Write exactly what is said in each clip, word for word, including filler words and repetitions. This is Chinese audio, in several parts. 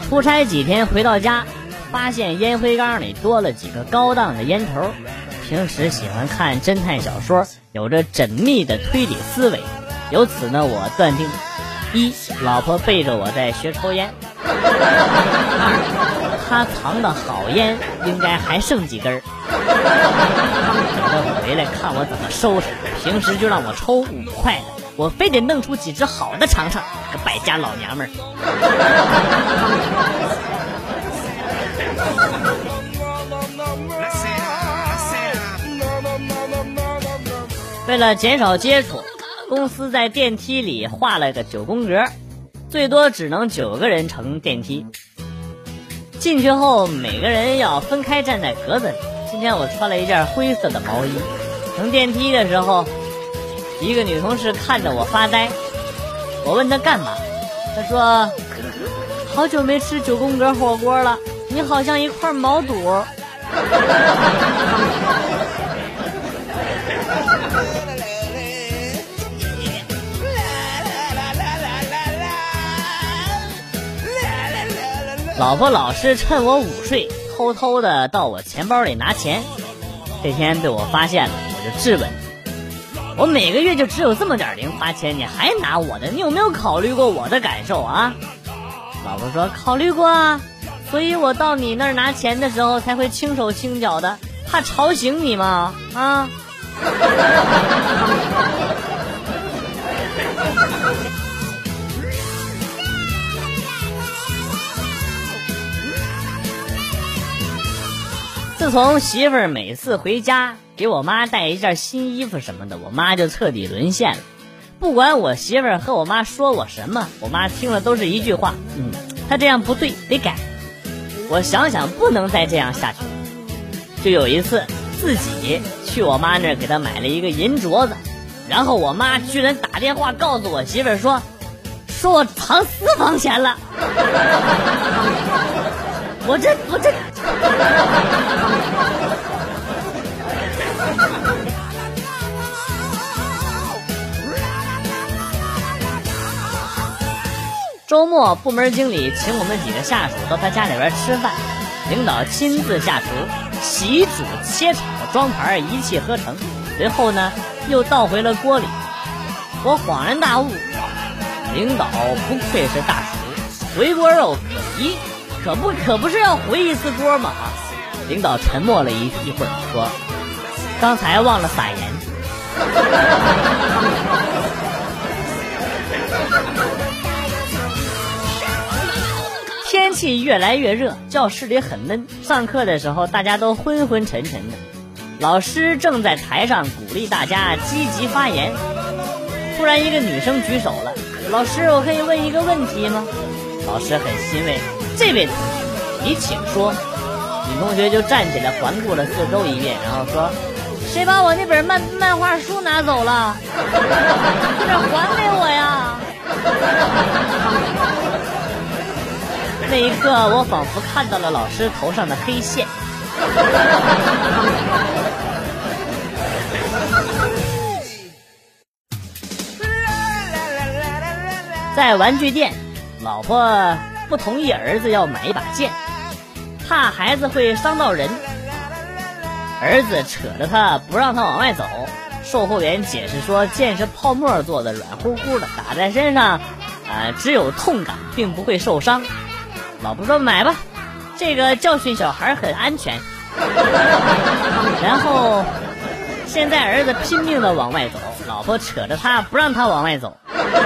出差几天回到家，发现烟灰缸里多了几个高档的烟头。平时喜欢看侦探小说，有着缜密的推理思维，由此呢，我断定：一，老婆背着我在学抽烟；二，她藏的好烟应该还剩几根儿，等着回来看我怎么收拾。平时就让我抽五块的，我非得弄出几只好的尝尝，个败家老娘们儿。为了减少接触，公司在电梯里画了个九宫格，最多只能九个人乘电梯。进去后每个人要分开站在格子里。今天我穿了一件灰色的毛衣，乘电梯的时候，一个女同事看着我发呆。我问她干嘛，她说好久没吃九宫格火锅了，你好像一块毛肚。老婆老是趁我午睡偷偷的到我钱包里拿钱，这天被我发现了，我就质问，我每个月就只有这么点零花钱，你还拿我的，你有没有考虑过我的感受啊？老婆说考虑过啊，所以我到你那儿拿钱的时候才会轻手轻脚的，怕吵醒你嘛啊。自从媳妇儿每次回家给我妈带一件新衣服什么的，我妈就彻底沦陷了。不管我媳妇儿和我妈说我什么，我妈听了都是一句话，嗯，她这样不对，得改。我想想不能再这样下去。就有一次自己去我妈那儿给她买了一个银镯子，然后我妈居然打电话告诉我媳妇儿说说我藏私房钱了。我这我这周末部门经理请我们几个下属到他家里边吃饭，领导亲自下厨，洗煮切炒装盘，一气呵成，随后呢又倒回了锅里。我恍然大悟，领导不愧是大厨，回锅肉可疑，可不可不是要回一次锅吗？领导沉默了一一会儿说，刚才忘了撒盐。天气越来越热，教室里很闷，上课的时候大家都昏昏沉沉的，老师正在台上鼓励大家积极发言。突然一个女生举手了，老师，我可以问一个问题吗？老师很欣慰，这位同学你请说。女同学就站起来环顾了四周一遍，然后说，谁把我那本漫漫画书拿走了？快点还给我呀！那一刻我仿佛看到了老师头上的黑线。在玩具店，老婆不同意儿子要买一把剑，怕孩子会伤到人。儿子扯着他不让他往外走，售货员解释说剑是泡沫做的，软乎乎的，打在身上呃，只有痛感并不会受伤。老婆说买吧，这个教训小孩很安全。然后现在儿子拼命的往外走，老婆扯着他不让他往外走。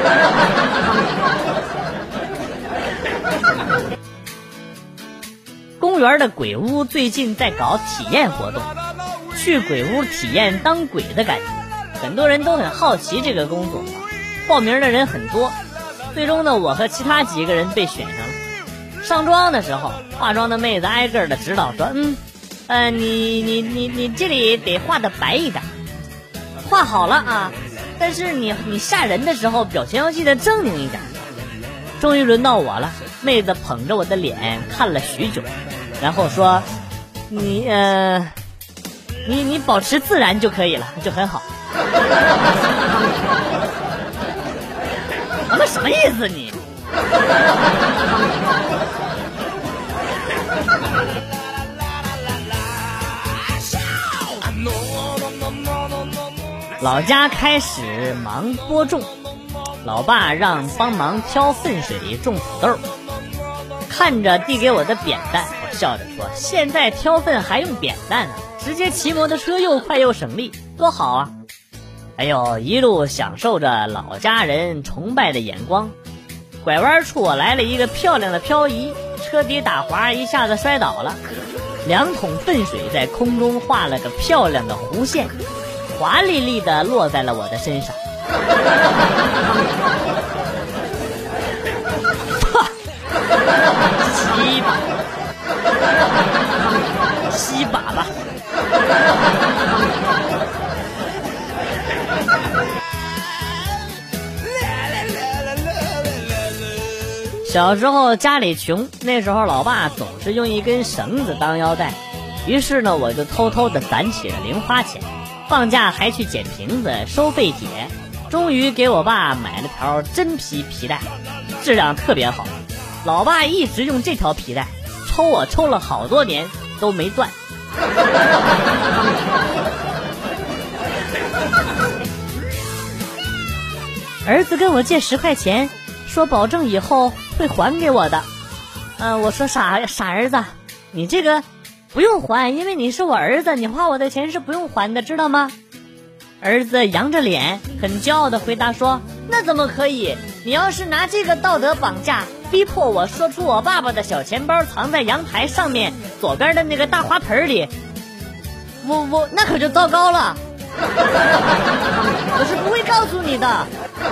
公园的鬼屋最近在搞体验活动，去鬼屋体验当鬼的感觉，很多人都很好奇这个工作，报名的人很多，最终呢，我和其他几个人被选上了。上妆的时候，化妆的妹子挨个的指导说，嗯，呃，你你你你这里得画的白一点，画好了啊，但是你你吓人的时候表情要记得狰狞一点。终于轮到我了，妹子捧着我的脸看了许久，然后说，你呃，你你保持自然就可以了，就很好。什么什么意思你？ 老家开始忙播种，老爸让帮忙挑粪水种土豆。看着递给我的扁担，我笑着说，现在挑粪还用扁担呢，直接骑摩托车又快又省力，多好啊。哎呦，一路享受着老家人崇拜的眼光。拐弯处我来了一个漂亮的漂移，车底打滑，一下子摔倒了，两桶粪水在空中画了个漂亮的弧线，华丽丽的落在了我的身上。吸吧，吸粑粑。小时候家里穷，那时候老爸总是用一根绳子当腰带，于是呢我就偷偷的攒起了零花钱，放假还去捡瓶子收废铁，终于给我爸买了条真皮皮带，质量特别好。老爸一直用这条皮带抽我，抽了好多年都没断。儿子跟我借十块钱，说保证以后会还给我的。嗯、呃，我说傻傻儿子，你这个不用还，因为你是我儿子，你花我的钱是不用还的，知道吗？儿子扬着脸很骄傲的回答说，那怎么可以？你要是拿这个道德绑架，逼迫我说出我爸爸的小钱包藏在阳台上面左边的那个大花盆里，我我那可就糟糕了。我是不会告诉你的。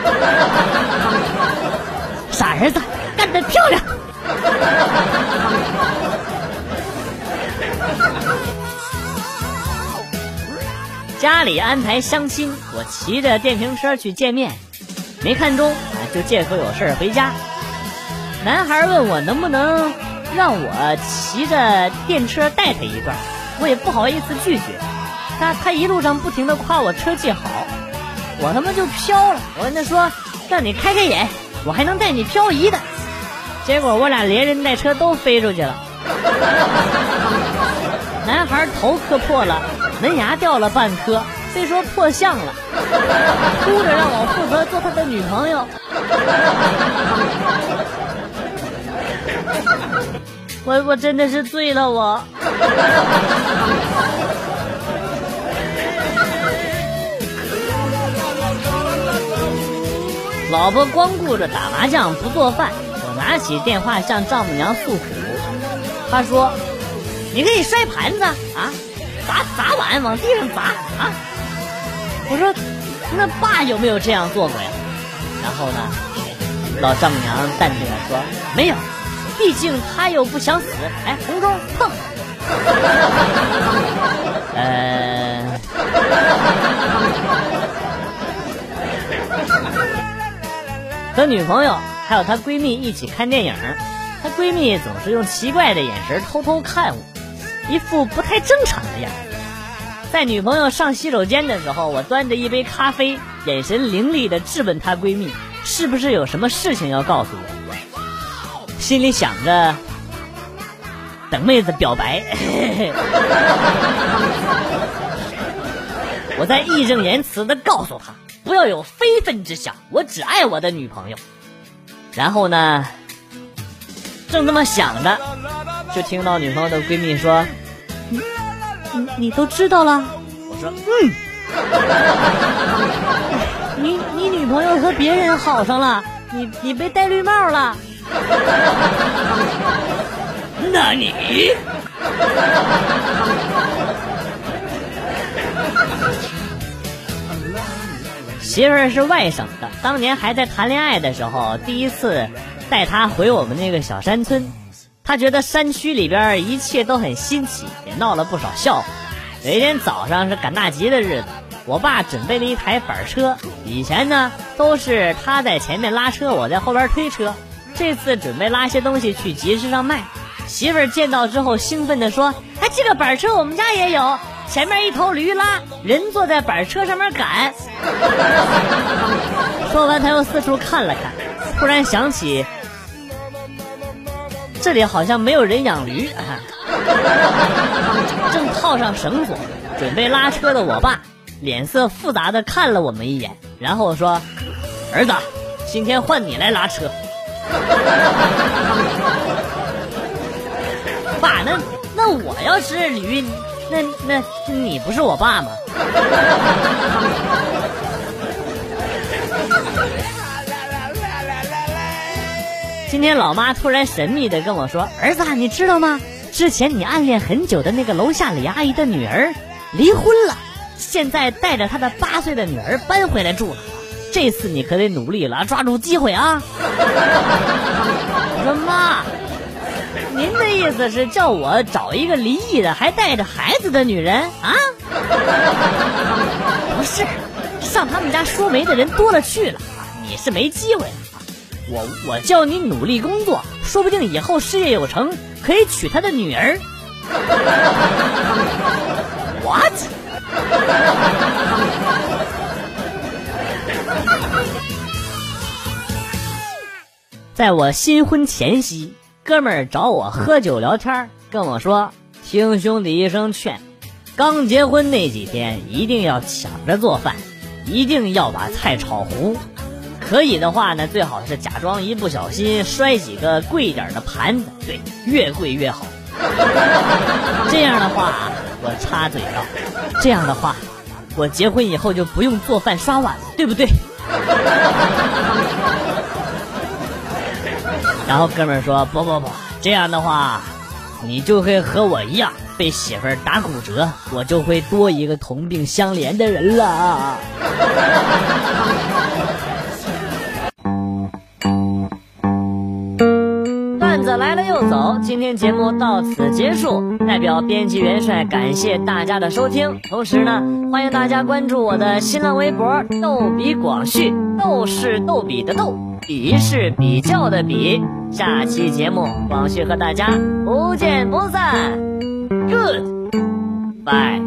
傻儿子，干得漂亮。家里安排相亲，我骑着电瓶车去见面，没看中啊，就借口有事回家。男孩问我能不能让我骑着电车带他一段，我也不好意思拒绝。他他一路上不停的夸我车技好，我他妈就飘了。我跟他说，让你开开眼，我还能带你漂移的。结果我俩连人带车都飞出去了。男孩头磕破了，门牙掉了半颗，非说破相了，哭着让我负责做他的女朋友。我我真的是醉了我。老婆光顾着打麻将不做饭，我拿起电话向丈母娘诉苦。她说，你可以摔盘子啊，砸砸碗往地上砸啊。我说，那爸有没有这样做过呀？然后呢，老丈母娘淡定地说，没有，毕竟他又不想死。哎，红中碰。呃和女朋友还有她闺蜜一起看电影，她闺蜜总是用奇怪的眼神偷偷看我，一副不太正常的样子。在女朋友上洗手间的时候，我端着一杯咖啡，眼神凌厉地质问她闺蜜是不是有什么事情要告诉我，心里想着等妹子表白。我在义正言辞地告诉她，不要有非分之想，我只爱我的女朋友。然后呢，正这么想着，就听到女朋友的闺蜜说，你你你都知道了？我说嗯。你你女朋友和别人好上了，你你被戴绿帽了。那你媳妇儿是外省的，当年还在谈恋爱的时候，第一次带她回我们那个小山村，她觉得山区里边一切都很新奇，也闹了不少笑话。有一天早上是赶大集的日子，我爸准备了一台板车，以前呢都是他在前面拉车，我在后边推车，这次准备拉些东西去集市上卖。媳妇儿见到之后兴奋地说，哎，这个板车我们家也有，前面一头驴拉，人坐在板车上面赶。说完他又四处看了看，突然想起这里好像没有人养驴啊。正套上绳索准备拉车的我爸脸色复杂的看了我们一眼，然后说：儿子，今天换你来拉车。爸，那那我要是驴，那那你不是我爸吗？今天老妈突然神秘的跟我说：儿子，你知道吗？之前你暗恋很久的那个楼下李阿姨的女儿离婚了，现在带着她的八岁的女儿搬回来住了。这次你可得努力了，抓住机会啊！我说妈，您的意思是叫我找一个离异的还带着孩子的女人啊？不是，上他们家说媒的人多了去了，你是没机会了。我我叫你努力工作，说不定以后事业有成，可以娶他的女儿。What？ 在我新婚前夕，哥们儿找我喝酒聊天，跟我说：听兄弟一声劝，刚结婚那几天一定要抢着做饭，一定要把菜炒糊。可以的话呢，最好是假装一不小心摔几个贵一点的盘子，对，越贵越好。这样的话，我插嘴道，这样的话，我结婚以后就不用做饭刷碗了，对不对？然后哥们儿说：不不不，这样的话，你就会和我一样被媳妇儿打骨折，我就会多一个同病相怜的人了。段子来了又走，今天节目到此结束，代表编辑元帅感谢大家的收听，同时呢，欢迎大家关注我的新浪微博逗比广旭，逗是逗比的逗，比是比较的比。下期节目广旭和大家不见不散。 Good bye。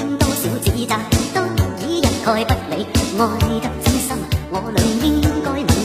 愛不理，愛得真心，我倆應該